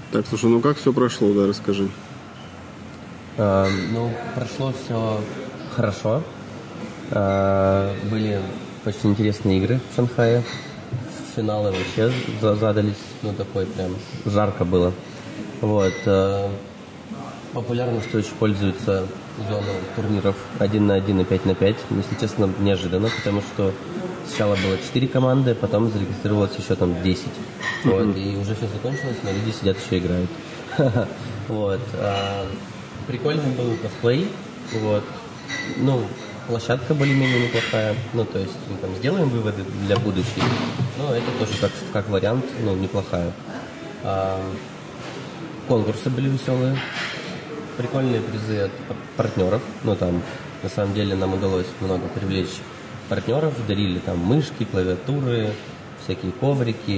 Так, слушай, ну как все прошло, да, расскажи. Прошло все хорошо. Были очень интересные игры в Шанхае. Финалы вообще задались, такой прям жарко было. Вот. Популярностью очень пользуется зона турниров 1 на 1 и 5 на 5. Если честно, неожиданно, потому что сначала было 4 команды, потом зарегистрировалось еще там 10. Вот, и уже все закончилось, но люди сидят еще играют. Вот. Прикольный был косплей. Вот. Площадка более-менее неплохая. То есть мы там сделаем выводы для будущих. Но это тоже как вариант, неплохая. Конкурсы были веселые. Прикольные призы от партнеров. Там на самом деле нам удалось много привлечь партнеров. Дарили там мышки, клавиатуры, всякие коврики,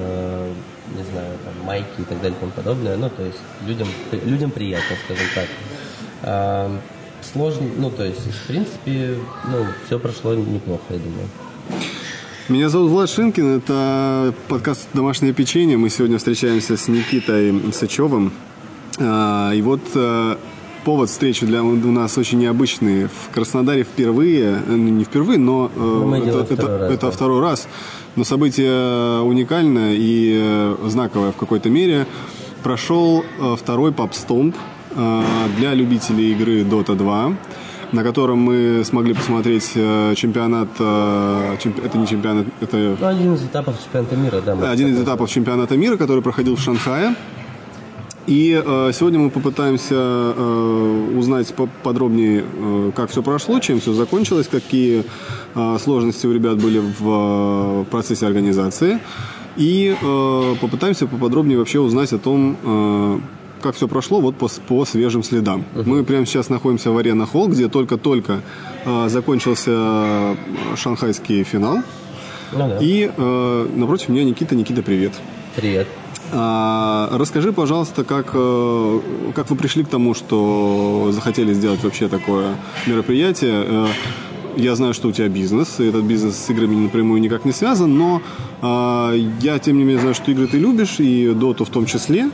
не знаю, там майки и так далее и тому подобное. То есть людям приятно, скажем так. Сложно, в принципе, все прошло неплохо, я думаю. Меня зовут Влад Шинкин, это подкаст «Домашнее печенье». Мы сегодня встречаемся с Никитой Сычевым. И вот повод встречи у нас очень необычный. В Краснодаре впервые, не впервые, но это второй раз. Но событие уникальное и знаковое в какой-то мере. Прошел второй PubStomp для любителей игры Dota 2, на котором мы смогли посмотреть чемпионат, это не чемпионат, это... один из этапов чемпионата мира, да. Один из этапов чемпионата мира, который проходил в Шанхае. И сегодня мы попытаемся узнать подробнее, как все прошло, чем все закончилось, какие сложности у ребят были в процессе организации. И попытаемся поподробнее вообще узнать о том, как все прошло вот по свежим следам. Мы прямо сейчас находимся в Арена Холл, где только-только закончился шанхайский финал. И напротив меня Никита. Никита, привет. Привет. Расскажи, пожалуйста, как вы пришли к тому, что захотели сделать вообще такое мероприятие. Я знаю, что у тебя бизнес, и этот бизнес с играми напрямую никак не связан, но я, тем не менее, знаю, что игры ты любишь, и доту в том числе.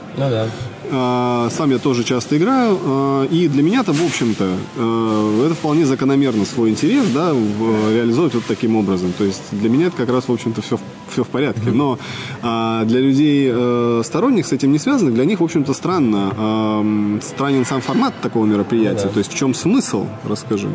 Сам я тоже часто играю, и для меня-то, в общем-то, это вполне закономерно свой интерес, да, реализовывать вот таким образом. То есть для меня это как раз, в общем-то, все в порядке. Но для людей сторонних, с этим не связанных, для них, в общем-то, странен сам формат такого мероприятия. То есть в чем смысл? Расскажи.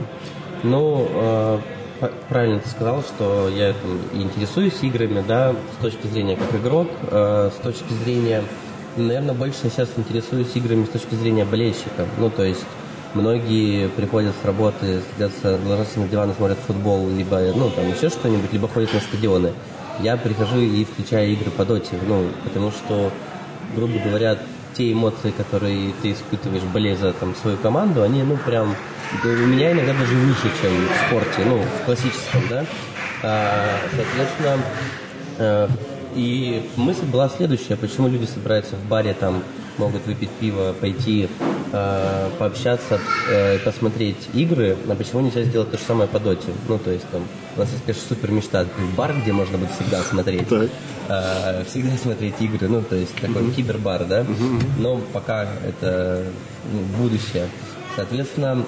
Правильно ты сказал, что я интересуюсь играми, да, с точки зрения как игрок, с точки зрения, наверное, больше сейчас интересуюсь играми с точки зрения болельщика. То есть многие приходят с работы, садятся, ложатся на диван и смотрят футбол, либо, там еще что-нибудь, либо ходят на стадионы. Я прихожу и включаю игры по доте, потому что, грубо говоря, те эмоции, которые ты испытываешь, болея за свою команду, они, прям, у меня иногда даже выше, чем в спорте, в классическом, да. Соответственно, и мысль была следующая: почему люди собираются в баре, там, могут выпить пиво, пойти пообщаться, посмотреть игры, а почему нельзя сделать то же самое по доте? То есть там у нас есть, конечно, супер мечта, бар, где можно будет всегда смотреть, всегда смотреть игры, то есть такой кибербар, да, но пока это будущее. Соответственно,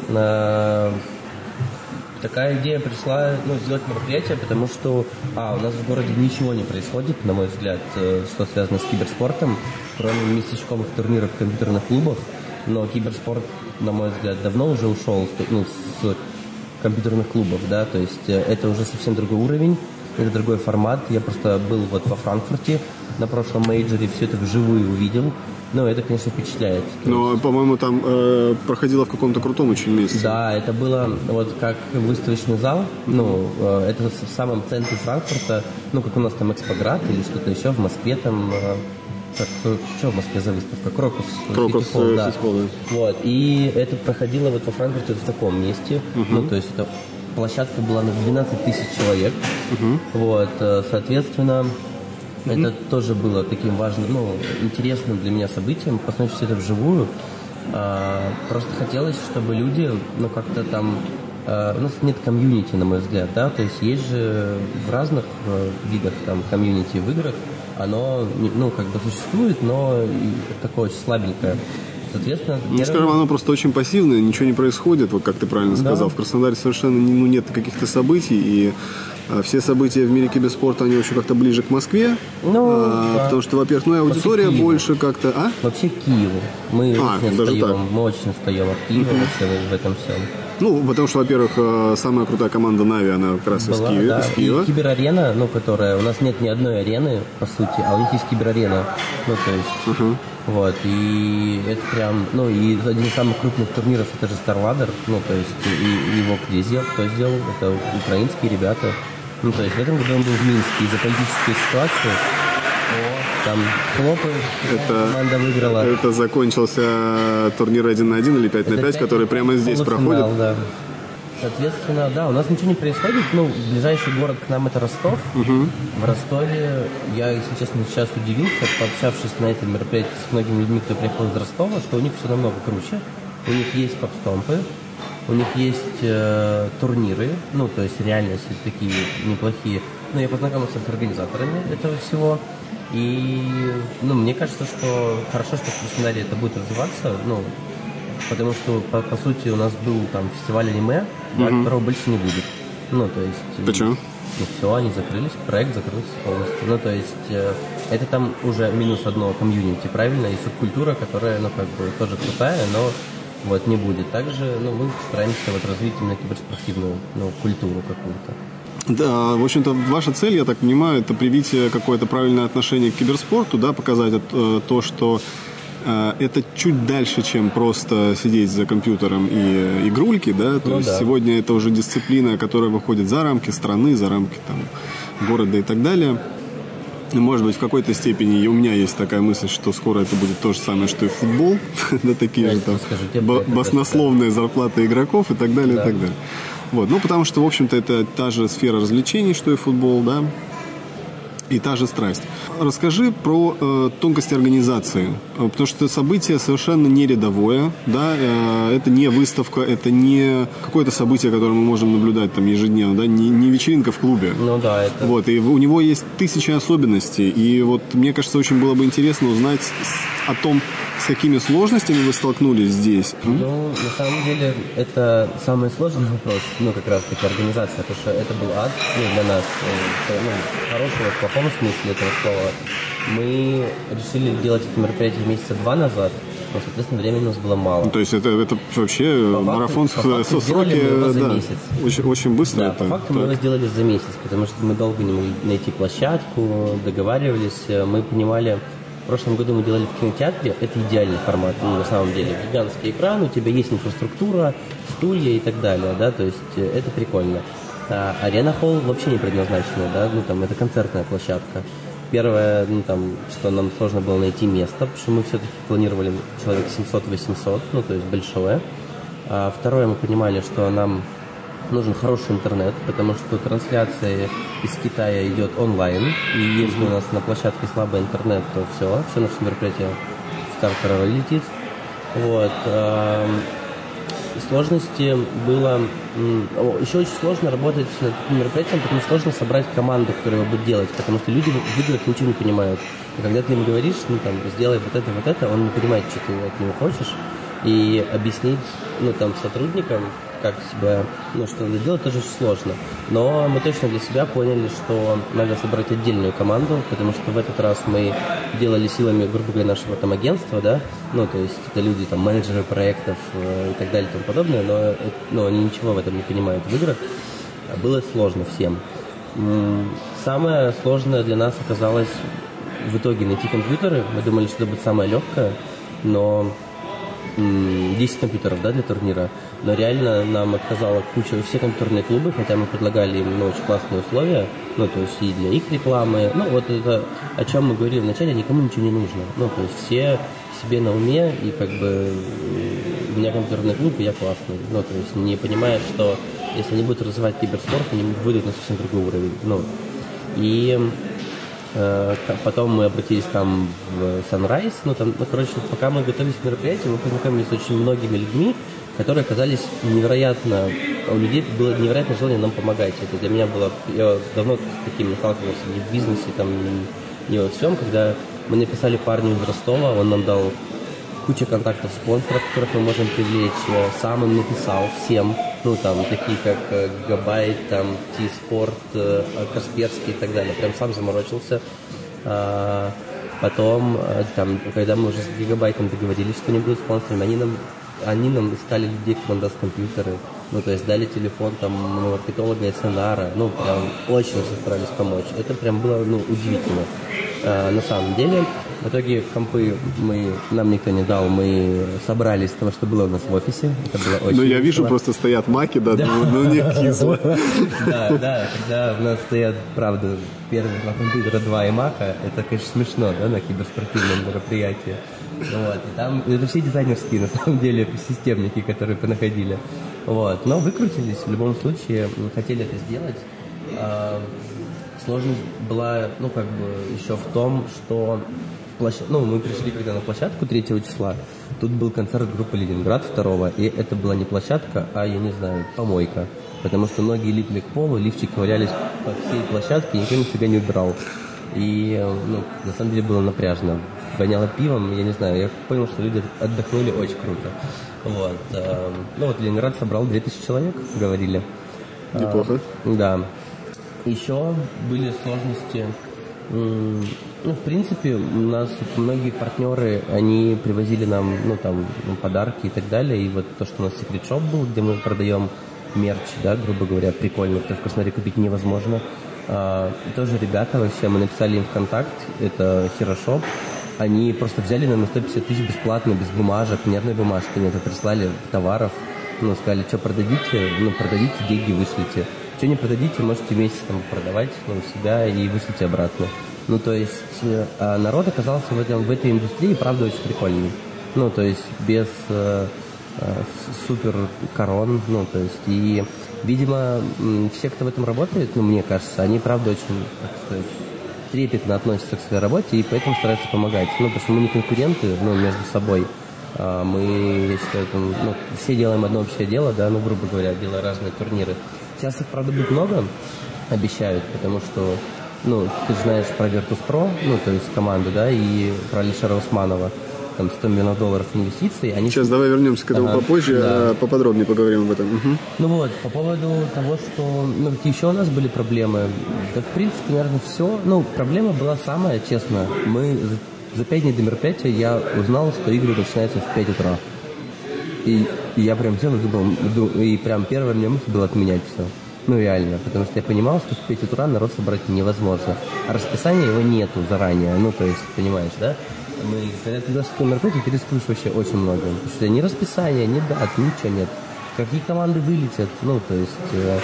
такая идея пришла, сделать мероприятие, потому что у нас в городе ничего не происходит, на мой взгляд, что связано с киберспортом, кроме местечковых турниров в компьютерных клубах. Но киберспорт, на мой взгляд, давно уже ушел с компьютерных клубов, да, то есть это уже совсем другой уровень, это другой формат. Я просто был вот во Франкфурте на прошлом мейджоре, все это вживую увидел. Это, конечно, впечатляет. Но, по-моему, там проходило в каком-то крутом очень месте. Да, это было вот как выставочный зал. Это в самом центре Франкфурта. Как у нас там Экспоград или что-то еще. В Москве там... Что в Москве за выставка? Крокус Фестивал, да. Вот. И это проходило вот во Франкфурте в таком месте. То есть это площадка была на 12 тысяч человек. Вот. Соответственно... Это тоже было таким важным, интересным для меня событием, посмотреть все это вживую. Просто хотелось, чтобы люди, как-то там... у нас нет комьюнити, на мой взгляд, да, то есть же в разных видах там комьюнити в играх, оно, ну, как бы существует, но такое очень слабенькое. Соответственно, скажем, оно просто очень пассивное, ничего не происходит, вот как ты правильно сказал. В Краснодаре совершенно нет каких-то событий, и все события в мире киберспорта, они вообще как-то ближе к Москве, потому что, во-первых, аудитория больше как-то... Вообще к Киеву. Мы очень отстаем от Киева вообще в этом всем. Ну, потому что, во-первых, самая крутая команда Нави, она как раз из Киева. И киберарена, ну, которая... У нас нет ни одной арены, по сути, а у них есть киберарена. Ну, то есть... Вот, и это прям... Ну, и один из самых крупных турниров, это же StarLadder. Ну, то есть, и его кто сделал? Это украинские ребята. Ну, то есть, в этом году он был в Минске из-за политической ситуации. Там хлопают, команда выиграла. Это закончился турнир 1 на 1 или 5 на 5, который прямо здесь проходит. Да. Соответственно, да, у нас ничего не происходит. Ну, ближайший город к нам — это Ростов. В Ростове я, если честно, сейчас удивился, пообщавшись на этом мероприятии с многими людьми, кто приехал из Ростова, что у них все намного круче. У них есть попстомпы, у них есть турниры, ну, то есть реально такие неплохие. Ну, я познакомился с организаторами этого всего. И, ну, мне кажется, что хорошо, что в Краснодаре это будет развиваться, ну, потому что, по сути, у нас был там фестиваль аниме, которого больше не будет. Ну, то есть... Почему? Ну, все, они закрылись, проект закрылся полностью. Ну, то есть, это там уже минус одно комьюнити, правильно, и субкультура, которая, ну, как бы, тоже крутая, но вот не будет. Также, ну, мы стараемся вот развить именно киберспортивную, ну, культуру какую-то. Да, в общем-то, ваша цель, я так понимаю, это привить какое-то правильное отношение к киберспорту, да, показать то, что это чуть дальше, чем просто сидеть за компьютером и игрульки, да, то есть сегодня это уже дисциплина, которая выходит за рамки страны, за рамки там города и так далее. Может быть, в какой-то степени, и у меня есть такая мысль, что скоро это будет то же самое, что и футбол, да, такие же там баснословные зарплаты игроков и так далее, и так далее. Вот, ну, потому что, в общем-то, это та же сфера развлечений, что и футбол, да, и та же страсть. Расскажи про тонкости организации, потому что событие совершенно не рядовое, да, это не выставка, это не какое-то событие, которое мы можем наблюдать там ежедневно, да, не вечеринка в клубе. Ну да, это... Вот, и у него есть тысячи особенностей, и вот мне кажется, очень было бы интересно узнать о том, с какими сложностями вы столкнулись здесь. Ну, на самом деле, это самый сложный вопрос, ну, как раз-таки организация, потому что это был ад, ну, для нас, ну, в хорошем, в плохом смысле этого слова. Мы решили делать это мероприятие месяца 2 назад, но, соответственно, времени у нас было мало. То есть это вообще марафон сроки, да, очень быстро. Да, это, по факту мы его сделали за месяц, потому что мы долго не могли найти площадку, договаривались, мы понимали... В прошлом году мы делали в кинотеатре, это идеальный формат, ну, на самом деле, гигантский экран, у тебя есть инфраструктура, стулья и так далее, да, то есть это прикольно. А Арена Холл вообще не предназначена, да, ну, там, это концертная площадка. Первое, ну, там, что нам сложно было найти место, потому что мы все-таки планировали человек 700-800, ну, то есть большое. А второе, мы понимали, что нам нужен хороший интернет, потому что трансляция из Китая идет онлайн, и если у нас на площадке слабый интернет, то все наше мероприятие в стартер летит. Вот. Сложности было... Еще очень сложно работать над этим мероприятием, потому что сложно собрать команду, которая его будет делать, потому что люди в играх ничего не понимают. И когда ты им говоришь, ну, там, сделай вот это, он не понимает, что ты от него хочешь, и объяснить, ну, там, сотрудникам, как себя, ну, что надо делать, тоже очень сложно. Но мы точно для себя поняли, что надо собрать отдельную команду, потому что в этот раз мы делали силами, грубо говоря, нашего там агентства, да, ну, то есть это люди, там, менеджеры проектов и так далее и тому подобное, но они ничего в этом не понимают в играх. Было сложно всем. Самое сложное для нас оказалось в итоге найти компьютеры. Мы думали, что это будет самое легкое, но 10 компьютеров, да, для турнира. Но реально нам отказала куча, все компьютерные клубы, хотя мы предлагали им, ну, очень классные условия, ну, то есть и для их рекламы. Ну, вот это, о чем мы говорили вначале, никому ничего не нужно. Ну, то есть все себе на уме, и как бы у меня компьютерный клуб, и я классный. Ну, то есть не понимая, что если они будут развивать киберспорт, они выйдут на совсем другой уровень. Ну, и потом мы обратились там в Sunrise, ну, там, ну, короче, пока мы готовились к мероприятию, мы познакомились с очень многими людьми, которые оказались невероятно, у людей было невероятное желание нам помогать. Это для меня было, я давно с таким не сталкивался ни в бизнесе, там, не во всем. Когда мы написали парню из Ростова, он нам дал кучу контактов спонсоров, которых мы можем привлечь. Сам он написал всем, ну, там, такие как Гигабайт, там, Ти-Спорт, Касперский и так далее. Прям сам заморочился. Потом, там, когда мы уже с Гигабайтом договорились, что они будут спонсорами, они нам искали людей, кто нам даст компьютеры. Ну, то есть дали телефон, там, маркетолога СНР. Ну, прям очень старались помочь. Это прям было, ну, удивительно. На самом деле, в итоге компы нам никто не дал, мы собрали из того, что было у нас в офисе. Это было очень Ну, я вижу, просто стоят маки, да, ну, не кисло. Да, когда у нас стоят, правда, первые два компьютера, 2 iMac, это, конечно, смешно, да, на киберспортивном мероприятии. Вот, и там, это все дизайнерские, на самом деле, системники, которые понаходили. Вот, но выкрутились, в любом случае, мы хотели это сделать. Сложность была, ну, как бы, еще в том, что мы пришли когда на площадку 3 числа, тут был концерт группы «Ленинград» 2, и это была не площадка, а, я не знаю, помойка, потому что ноги липли к полу, лифчики валялись по всей площадке, никто нифига не убирал. И, ну, на самом деле было напряжно. Воняло пивом, я не знаю, я понял, что люди отдохнули очень круто. Вот. Ну, вот Ленинград собрал 2000 человек, говорили. Неплохо. Да. Еще были сложности. Ну, в принципе, у нас многие партнеры, они привозили нам, ну, там, подарки и так далее. И вот то, что у нас Secret Shop был, где мы продаем мерч, да, грубо говоря, прикольно, потому что в Краснодаре купить невозможно. Тоже ребята вообще, мы написали им ВКонтакт, это Hero-Shop. Они просто взяли нам на 150 тысяч бесплатно, без бумажек, ни одной бумажки нет, прислали товаров. Ну, сказали, что продадите, ну, продадите, деньги вышлите. Что не продадите, можете месяц там продавать, ну, у себя и вышлите обратно. Ну, то есть народ оказался в этой индустрии, правда, очень прикольный. Ну, то есть без супер корон, ну, то есть и, видимо, все, кто в этом работает, ну, мне кажется, они, правда, очень, так сказать, трепетно относятся к своей работе и поэтому стараются помогать. Ну, потому что мы не конкуренты, ну, между собой. Мы, я считаю, там, ну, все делаем одно общее дело, да, ну, грубо говоря, делая разные турниры. Сейчас их, правда, будет много, обещают, потому что, ну, ты знаешь про Virtus.pro, ну, то есть команду, да, и про Алишера Усманова, там, $100 миллионов инвестиций. Они... Сейчас давай вернемся к этому попозже, да. Поподробнее поговорим об этом. Угу. Ну вот, по поводу того, что, ну, еще у нас были проблемы, да, в принципе, наверное, все. Ну, проблема была самая, честно, мы за 5 дней до мероприятия я узнал, что игры начинаются в 5 утра. И я прям сел и думал, и прям первая мне мысль была отменять все. Ну, реально, потому что я понимал, что в 5 утра народ собрать невозможно. А расписания его нету заранее, ну, то есть, понимаешь, да? Когда ты идешь в такое мероприятие, ты рискуешь вообще очень много. Потому что ни расписания, ни дат, ничего нет. Какие команды вылетят, ну, то есть...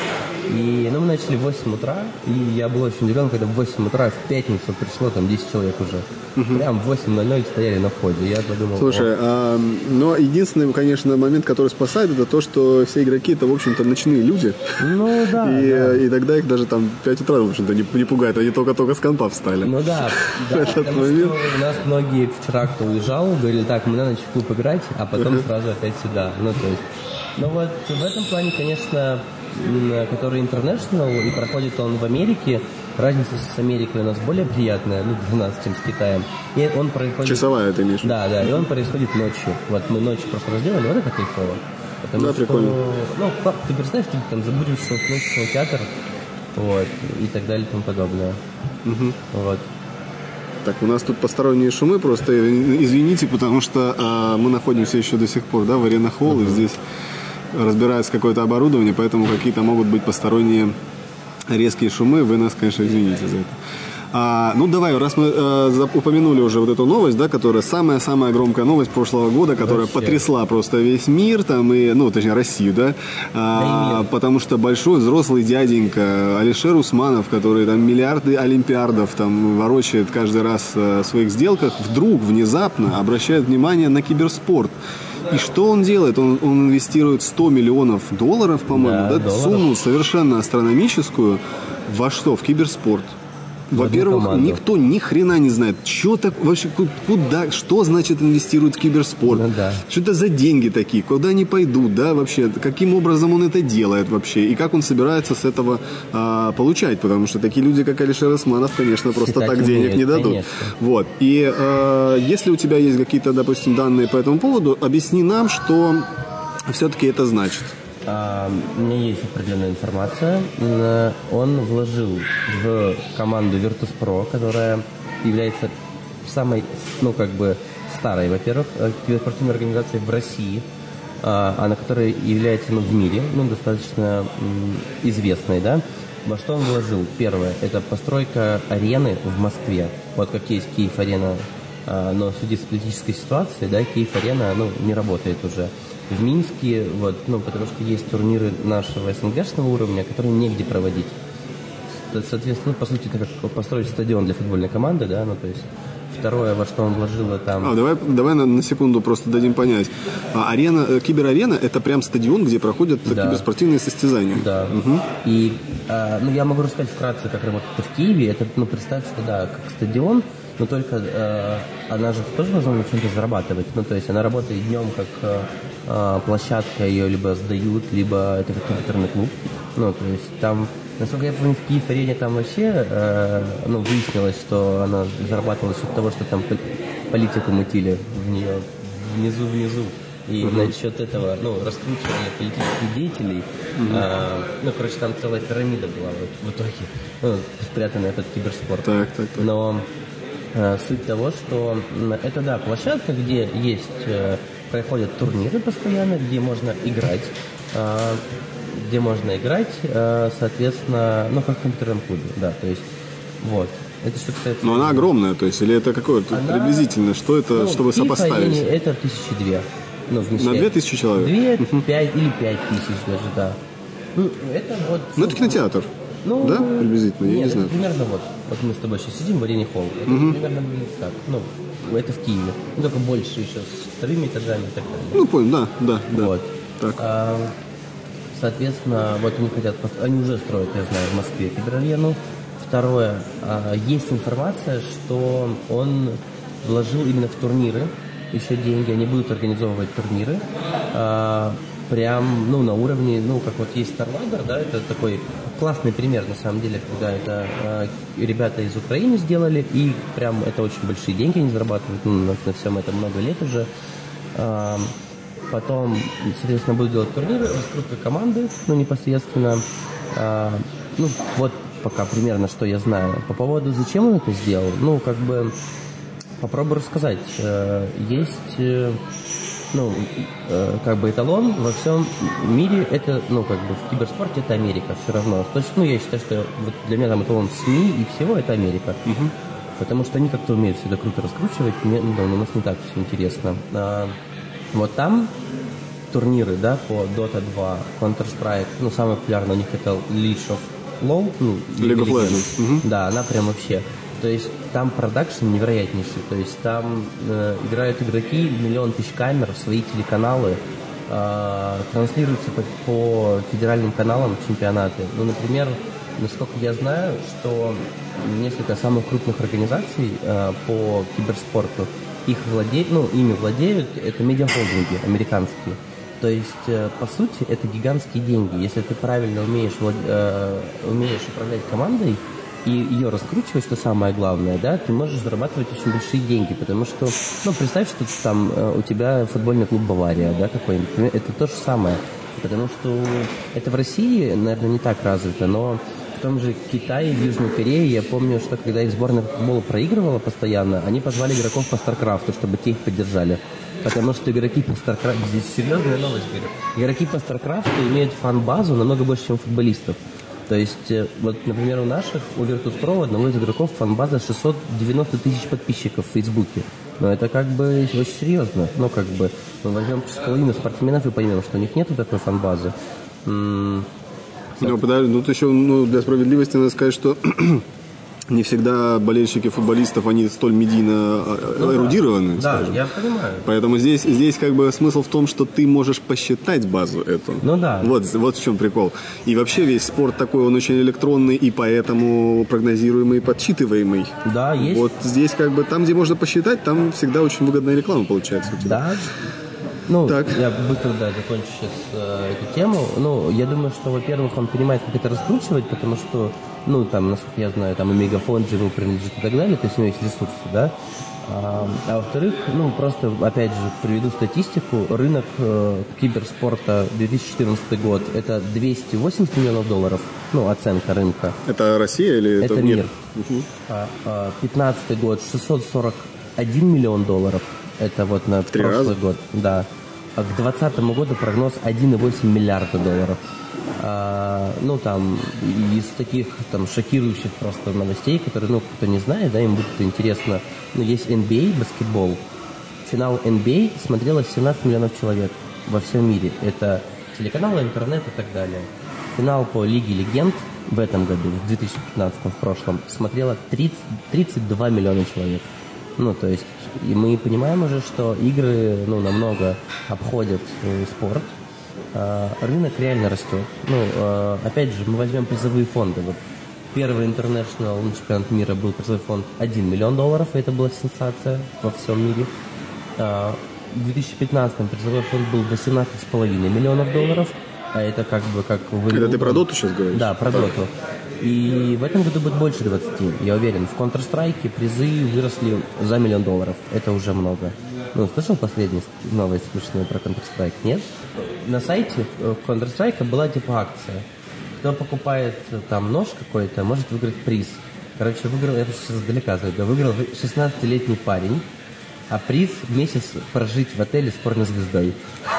И, ну, мы начали в 8 утра, и я был очень удивлен, когда в 8 утра в пятницу пришло там 10 человек уже. Прям в 8:00 стояли на входе. Я подумал... Слушай, но единственный, конечно, момент, который спасает, это то, что все игроки, это, в общем-то, ночные люди. Ну, да. И тогда их даже там 5 утра, в общем-то, не пугает. Они только с компа встали. Ну, да. Потому что у нас многие вчера, кто уезжал, говорили, так, мы на ночь в клуб играть, а потом сразу опять сюда. Ну, то есть... Ну, вот в этом плане, конечно... который international, и проходит он в Америке. Разница с Америкой у нас более приятная, ну, для нас, чем с Китаем. И он происходит... Часовая, ты имеешь? Да, и он происходит ночью. Вот мы ночью просто разделали, вот это кайфово. Потому да, что, прикольно. Ну, ты представь, ты там забудешься в кинотеатр, вот, и так далее и тому подобное. Угу. Вот. Так, у нас тут посторонние шумы, просто извините, потому что мы находимся еще до сих пор, да, в Arena Hall, и здесь разбирается какое-то оборудование, поэтому какие-то могут быть посторонние резкие шумы. Вы нас, конечно, извините за это. Ну, давай, раз мы упомянули уже вот эту новость, да, которая самая-самая громкая новость прошлого года, которая потрясла просто весь мир, там, и, ну, точнее, Россию, да, потому что большой взрослый дяденька Алишер Усманов, который там миллиарды олимпиардов там ворочает каждый раз в своих сделках, вдруг, внезапно обращает внимание на киберспорт. И что он делает? Он инвестирует $100 миллионов, по-моему, да, сумму совершенно астрономическую. Во что? В киберспорт. Во-первых, никто ни хрена не знает, что так вообще, куда, что значит инвестирует в киберспорт, что это за деньги такие, куда они пойдут, да, вообще, каким образом он это делает вообще, и как он собирается с этого получать, потому что такие люди, как Алишер Османов, конечно, просто считать так денег не дадут. Конечно. Вот. И если у тебя есть какие-то, допустим, данные по этому поводу, объясни нам, что все-таки это значит. У меня есть определенная информация. Он вложил в команду Virtus.pro, которая является самой, старой, во-первых, киберспортивной организацией в России, она которая является, в мире, достаточно известной, да. Во что он вложил? Первое, это постройка арены в Москве. Вот как есть Киев-арена, но в связи с политической ситуацией, да, Киев-арена, не работает уже. В Минске, потому что есть турниры нашего СНГшного уровня, которые негде проводить. Соответственно, по сути, это как построить стадион для футбольной команды, да, то есть второе, во что он вложил, там... Давай на секунду просто дадим понять. Киберарена – это прям стадион, где проходят киберспортивные состязания. Да. Угу. И, я могу рассказать вкратце, как работает в Киеве. Это, представь, что, как стадион, но только она же тоже должна на чем-то зарабатывать. То есть она работает днем как площадка, ее либо сдают, либо это как компьютерный клуб. То есть там, насколько я помню, в Киев-арене там вообще выяснилось, что она зарабатывала за счет того, что там политику мутили в нее внизу. И за счет этого, раскручивали политических деятелей. Там целая пирамида была в итоге, спрятанная под киберспорт. Так. Но суть того, что это, площадка, где есть, проходят турниры постоянно, где можно играть, соответственно, как в компьютерном клубе, да, то есть, вот. Это что касается... Но она огромная, то есть, или это какое-то приблизительно, что это, чтобы сопоставить? Это 1200. На 2000 человек? 2, 5 или 5000 даже, да. Это вот... это кинотеатр, да, приблизительно, я не знаю. Примерно вот мы с тобой сейчас сидим в арене холл, это примерно будет так, это в Киеве, только больше еще, с вторыми этажами и так далее. Понял, да. Вот. Так. Соответственно, они уже строят, я знаю, в Москве киберарену. Второе, есть информация, что он вложил именно в турниры еще деньги, они будут организовывать турниры, прям, на уровне, как вот есть StarLadder, да, это такой классный пример, на самом деле, когда это ребята из Украины сделали, и прям это очень большие деньги они зарабатывают, на всем этом много лет уже. Потом, соответственно, будут делать турниры, раскрутка команды, непосредственно. Вот пока примерно, что я знаю. По поводу, зачем он это сделал, попробую рассказать. Есть, эталон во всем мире, это, в киберспорте это Америка все равно. То есть, я считаю, что вот для меня там эталон СМИ и всего это Америка. Потому что они как-то умеют все это круто раскручивать, у нас не так все интересно. Вот там турниры, да, по Dota 2, Counter-Strike, самый популярный у них это League of Legends. Да, она прям вообще. То есть там продакшн невероятнейший. То есть там играют игроки, 1 000 000 камер, свои телеканалы, транслируются по федеральным каналам чемпионаты. Например, насколько я знаю, что несколько самых крупных организаций по киберспорту, ими владеют, это медиахолдинги американские. То есть, по сути, это гигантские деньги. Если ты правильно умеешь управлять командой и ее раскручивать, что самое главное, да, ты можешь зарабатывать очень большие деньги, потому что, представь, что там у тебя футбольный клуб «Бавария», да, какой-нибудь, это то же самое, потому что это в России, наверное, не так развито, но в том же Китае, в Южной Корее, я помню, что когда их сборная по футболу проигрывала постоянно, они позвали игроков по StarCraft, чтобы те их поддержали. Потому что игроки по StarCraft, здесь серьезная новость, говорю, игроки по StarCraft имеют фан-базу намного больше, чем футболистов. То есть, например, у Virtus.pro одного из игроков фан-база 690 000 подписчиков в Фейсбуке. Но это очень серьезно. Мы возьмем половину спортсменов и поймем, что у них нету такой фан-базы. Подожди, тут еще для справедливости надо сказать, что не всегда болельщики футболистов, они столь медийно эрудированы. Да, скажем. я понимаю. Поэтому здесь как бы смысл в том, что ты можешь посчитать базу эту. Ну да. Вот в чем прикол. И вообще весь спорт такой, он очень электронный и поэтому прогнозируемый, подсчитываемый. Да, есть. Вот здесь как бы там, где можно посчитать, там всегда очень выгодная реклама получается у тебя. Да. Ну, так. Я быстро, закончу сейчас эту тему. Ну, я думаю, что, во-первых, он понимает, как это раскручивать, потому что, ну, там, насколько я знаю, там и Мегафон же ему принадлежит и так далее, то есть у него есть ресурсы, да. А во-вторых, ну, просто, опять же, приведу статистику. Рынок киберспорта 2014 год – это 280 миллионов долларов, ну, оценка рынка. Это Россия или это мир? Угу. 2015 год – 641 миллион долларов. Это вот на прошлый год, да. А к 2020 году прогноз 1,8 миллиарда долларов. Ну, там, из таких там шокирующих просто новостей, которые, ну, кто не знает, да, им будет интересно. Ну, есть NBA, баскетбол. Финал NBA смотрело 17 миллионов человек во всем мире. Это телеканалы, интернет и так далее. Финал по Лиге Легенд в этом году, в 2015, в прошлом, смотрело 32 миллиона человек. Ну, то есть, и мы понимаем уже, что игры, ну, намного обходят спорт. Рынок реально растет. Ну, опять же, мы возьмем призовые фонды. Вот первый International чемпионат мира был призовой фонд 1 миллион долларов, и это была сенсация во всем мире. В 2015 призовой фонд был 18,5 миллионов долларов, а это как бы как... Это ты про доту сейчас говоришь? Да, про доту. И в этом году будет больше 20, я уверен. В Counter-Strike призы выросли за $1 миллион. Это уже много. Ну, слышал последние новости смешные про Counter-Strike? Нет? На сайте Counter-Strike была типа акция. Кто покупает там нож какой-то, может выиграть приз. Короче, выиграл, я сейчас издалека зайду, выиграл 16-летний парень, а приз месяц прожить в отеле с порнозвездой.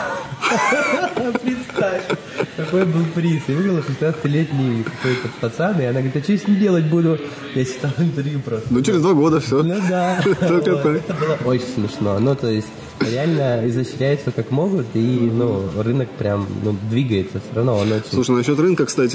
Представь, какой был приз. И выиграл 16-летний какой-то пацан, и она говорит, а что я с ним делать буду? Я читал интервью просто. Ну, через 2 года все. Ну да. Это было очень смешно. Ну, то есть, реально изощряются как могут, и, ну, рынок прям, ну, двигается все равно. Он очень... Слушай, насчет рынка, кстати,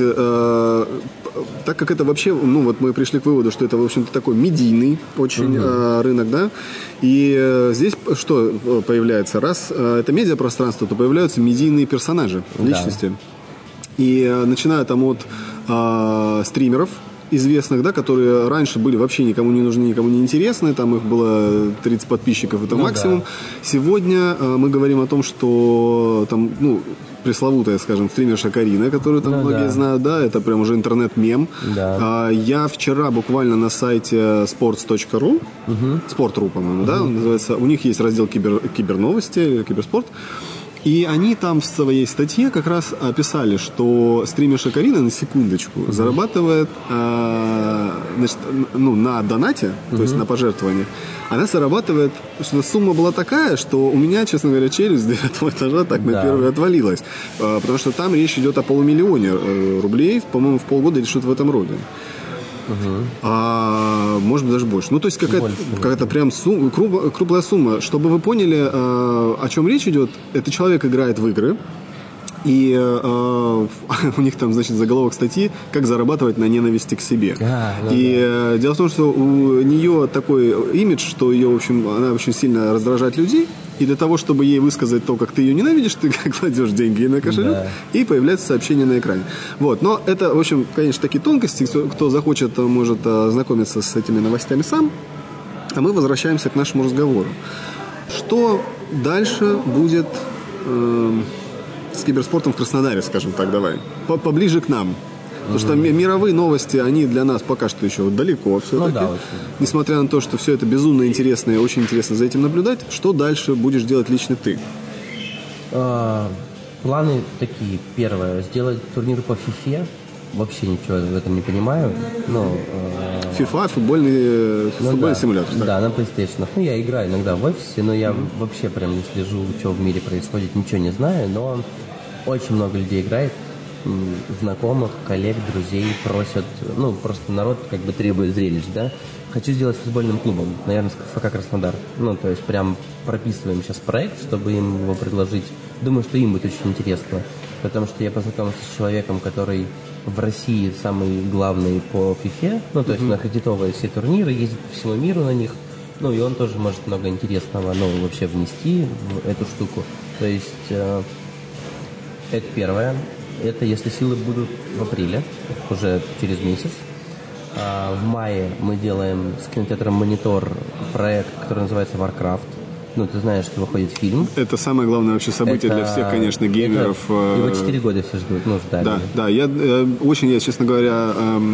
так как это вообще, ну, вот мы пришли к выводу, что это, в общем-то, такой медийный очень рынок, да, и здесь что появляется? Раз это медиапространство, то появляются медийные персонажи, личности. Да. И начиная там от стримеров известных, да, которые раньше были вообще никому не нужны, никому не интересны, там их было 30 подписчиков, это максимум. Да. Сегодня мы говорим о том, что там, ну, пресловутая, скажем, стримерша Карина, которую там многие знают, да, это прям уже интернет-мем. Да. Я вчера буквально на сайте sports.ru, Sport.ru, по-моему, да, он называется, у них есть раздел киберновости, киберспорт. И они там в своей статье как раз описали, что стримерша Карина, на секундочку, зарабатывает значит, ну, на донате, то есть на пожертвовании, она зарабатывает, что сумма была такая, что у меня, честно говоря, челюсть с 9-го этажа так на первый отвалилась. Потому что там речь идет о 500 000 рублей, по-моему, в полгода или что-то в этом роде. А может быть даже больше. Ну, то есть какая-то прям круглая сумма. Чтобы вы поняли, о чем речь идет, это человек играет в игры, и у них там, значит, заголовок статьи «Как зарабатывать на ненависти к себе». Дело в том, что у нее такой имидж, что ее, в общем, она очень сильно раздражает людей. И для того, чтобы ей высказать то, как ты ее ненавидишь, ты кладешь деньги ей на кошелек, и появляется сообщение на экране. Вот. Но это, в общем, конечно, такие тонкости. Кто захочет, может ознакомиться с этими новостями сам. А мы возвращаемся к нашему разговору. Что дальше будет с киберспортом в Краснодаре, скажем так, давай. Поближе к нам. Потому что мировые новости, они для нас пока что еще далеко все-таки. Ну, да, несмотря на то, что все это безумно интересно и очень интересно за этим наблюдать, что дальше будешь делать лично ты? Планы такие. Первое, сделать турнир по FIFA. Вообще ничего в этом не понимаю. FIFA, футбольный симулятор. Так. Да, на PlayStation. Ну, я играю иногда в офисе, но я вообще прям не слежу, что в мире происходит, ничего не знаю, но очень много людей играет. Знакомых, коллег, друзей просят, ну, просто народ как бы требует зрелищ, да. Хочу сделать футбольным клубом, наверное, ФК Краснодар. Ну, то есть прям прописываем сейчас проект, чтобы им его предложить. Думаю, что им будет очень интересно, потому что я познакомился с человеком, который в России самый главный по FIFA, ну, то есть он аккредитовывает все турниры, ездит по всему миру на них, ну, и он тоже может много интересного, ну, вообще внести в эту штуку. То есть это первое. Это если силы будут в апреле, уже через месяц. В мае мы делаем с кинотеатром «Монитор» проект, который называется «Warcraft». Ну, ты знаешь, что выходит фильм. Это самое главное вообще событие для всех, конечно, геймеров. Его 4 года все ждут, ну, ждали. Да, я, честно говоря,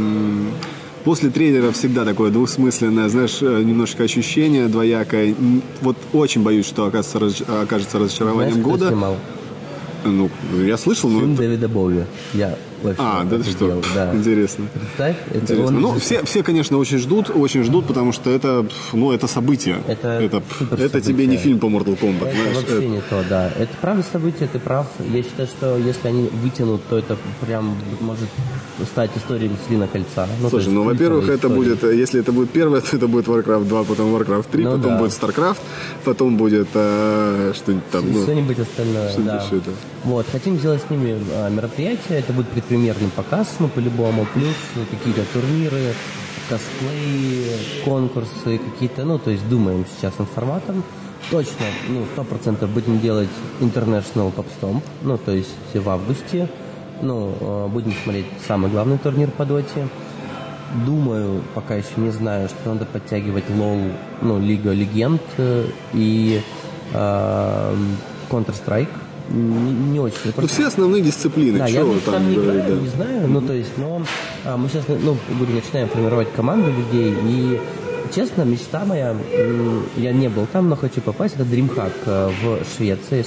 после трейлера всегда такое двусмысленное, знаешь, немножко ощущение двоякое. Вот очень боюсь, что окажется разочарованием. Знаешь, года. Кто снимал? Ну, я слышал, но... Сын Дэвида Боуи. Я вообще да ты что? делал, да. Интересно. Представь, это Интересно. он... Ну, все, конечно, очень ждут, потому что это событие. Это тебе не фильм по Mortal Kombat. Это знаешь, вообще не то, да. Это правда событие, ты прав. Я считаю, что если они вытянут, то это прям может стать историей «Властелина кольца». Ну, слушай, во-первых, это будет, если это будет первое, то это будет Warcraft 2, потом Warcraft 3, потом будет StarCraft, потом будет что-нибудь там. Что-нибудь остальное, да. Вот, хотим сделать с ними мероприятие, это будет предпремьерный показ, ну, по-любому, плюс какие-то турниры, косплеи, конкурсы какие-то, ну, то есть думаем сейчас над форматом. Точно, 100% будем делать International Top Stomp, ну, то есть в августе, будем смотреть самый главный турнир по доте. Думаю, пока еще не знаю, что надо подтягивать LoL, Лига Легенд и Counter-Strike. Не очень. Все основные дисциплины. Да, я там не играю, не знаю. Мы сейчас начинаем формировать команду людей. И, честно, мечта моя, я не был там, но хочу попасть, это DreamHack в Швеции.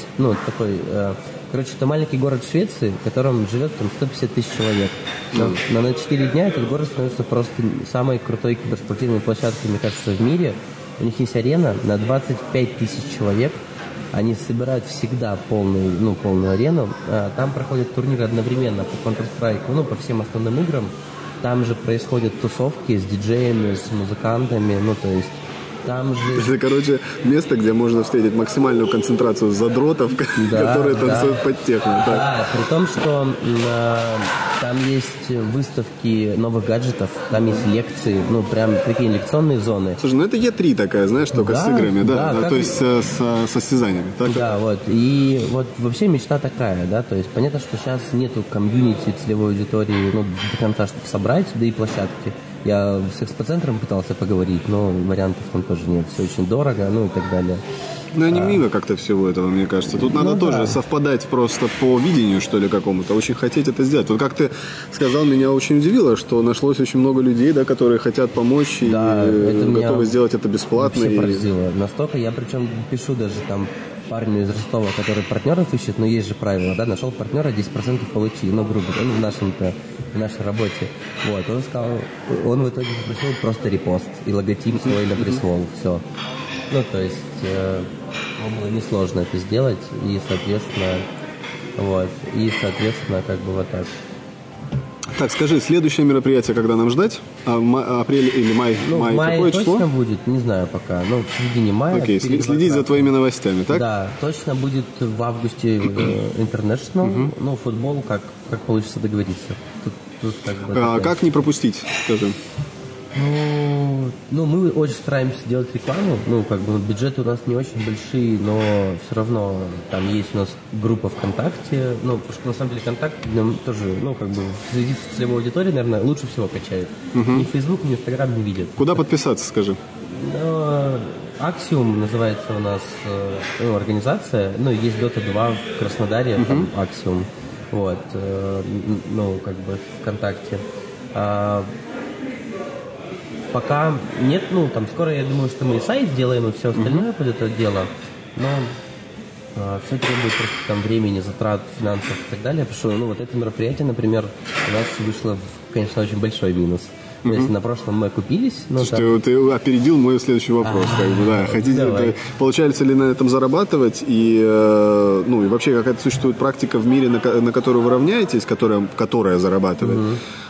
Это маленький город в Швеции, в котором живет там 150 тысяч человек. Но на 4 дня этот город становится просто самой крутой киберспортивной площадкой, мне кажется, в мире. У них есть арена на 25 тысяч человек. Они собирают всегда полную арену. Там проходят турниры одновременно по Counter-Strike, по всем основным играм. Там же происходят тусовки с диджеями, с музыкантами, то есть там же... Это, место, где можно встретить максимальную концентрацию задротов, которые танцуют под техно. Да, при том, что там есть выставки новых гаджетов, там есть лекции, прям такие лекционные зоны. Слушай, это E3 такая, знаешь, только с играми, то есть с состязаниями. Так? Да, и вообще мечта такая, да, то есть понятно, что сейчас нету комьюнити, целевой аудитории, до конца, чтобы собрать, да и площадки. Я с экспоцентром пытался поговорить, но вариантов там тоже нет. Все очень дорого, и так далее. Не мимо как-то всего этого, мне кажется. Тут надо тоже совпадать просто по видению, что ли, какому-то. Очень хотеть это сделать. Вот как ты сказал, меня очень удивило, что нашлось очень много людей, да, которые хотят помочь и готовы сделать это бесплатно. Вообще поразило. Настолько я причем пишу даже там парню из Ростова, который партнеров ищет, но есть же правило, да, нашел партнера, 10% получи, грубо, в нашей работе. Вот, он сказал, он в итоге попросил просто репост и логотип свой наприслал, все. То есть, было несложно это сделать, и, соответственно, как бы вот так. Так, скажи, следующее мероприятие, когда нам ждать? Апрель или май? Май какое точно число? будет, не знаю пока. В середине мая. Окей, следить за твоими новостями, так? Да, точно будет в августе International. Футбол, как получится договориться. Тут как бы как не пропустить, скажем? Мы очень стараемся делать рекламу. Бюджеты у нас не очень большие, но все равно там есть у нас группа ВКонтакте. Потому что на самом деле ВКонтакт нам тоже, среди целевой аудитории, наверное, лучше всего качает. Ни Facebook, ни Instagram не видят. Куда подписаться, скажи? Axiom называется у нас организация. Есть Dota 2 в Краснодаре, там Axiom. Вот. ВКонтакте. Пока нет, скоро, я думаю, что мы и сайт сделаем, и все остальное под это дело, но все требует просто там времени, затрат, финансов и так далее, потому что, это мероприятие, например, у нас вышло в, конечно, очень большой минус. То есть на прошлом мы окупились. Слушай, ты опередил мой следующий вопрос. Хотите, получается ли на этом зарабатывать? И вообще какая-то существует практика в мире, на которую вы равняетесь, которая зарабатывает?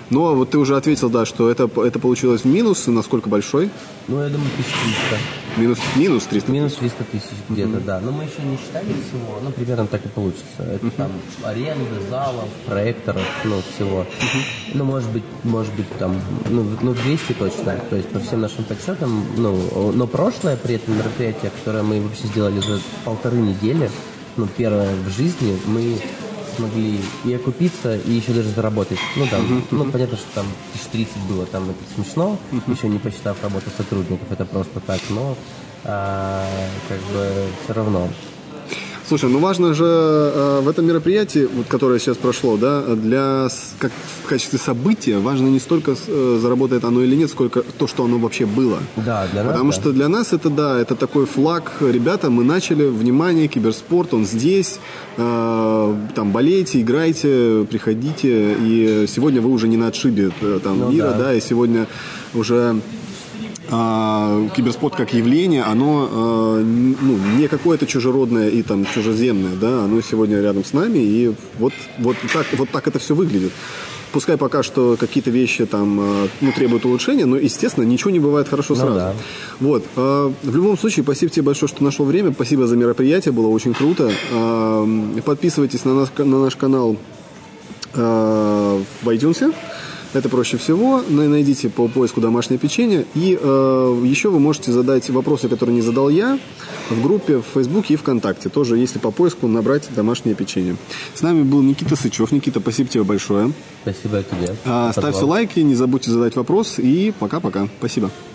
Но вот ты уже ответил, да, что это получилось в минус, и насколько большой? Ну, я думаю, 1300. Минус 300? Минус 300 тысяч где-то, да. Но мы еще не считали всего, ну, примерно так и получится. Это там аренда, залов, проекторов, ну, всего. Ну, может быть, там, ну, 200 точно. То есть, по всем нашим подсчетам, ну, но прошлое при этом мероприятие, которое мы вообще сделали за 1,5 недели, ну, первое в жизни, мы смогли и окупиться, и еще даже заработать. Ну, там, ну, понятно, что там 1030 было, там это смешно, еще не посчитав работу сотрудников, это просто так, но как бы все равно. Слушай, ну важно же в этом мероприятии, вот, которое сейчас прошло, да, как в качестве события важно не столько заработает оно или нет, сколько то, что оно вообще было. Да, для нас. Потому что для нас это такой флаг. Ребята, мы начали, внимание, киберспорт, он здесь, там болейте, играйте, приходите, и сегодня вы уже не на отшибе мира, да, и сегодня уже киберспорт как явление, оно не какое-то чужеродное и там чужеземное, да, оно сегодня рядом с нами, и вот так это все выглядит. Пускай пока что какие-то вещи там требуют улучшения, но, естественно, ничего не бывает хорошо сразу. Да. Вот. В любом случае, спасибо тебе большое, что нашел время, спасибо за мероприятие, было очень круто. Подписывайтесь на наш канал в iTunes. Это проще всего. Найдите по поиску «Домашнее печенье». И еще вы можете задать вопросы, которые не задал я, в группе в Фейсбуке и ВКонтакте. Тоже, если по поиску набрать «Домашнее печенье». С нами был Никита Сычев. Никита, спасибо тебе большое. Спасибо тебе. Ставьте лайки, не забудьте задать вопрос. И пока-пока. Спасибо.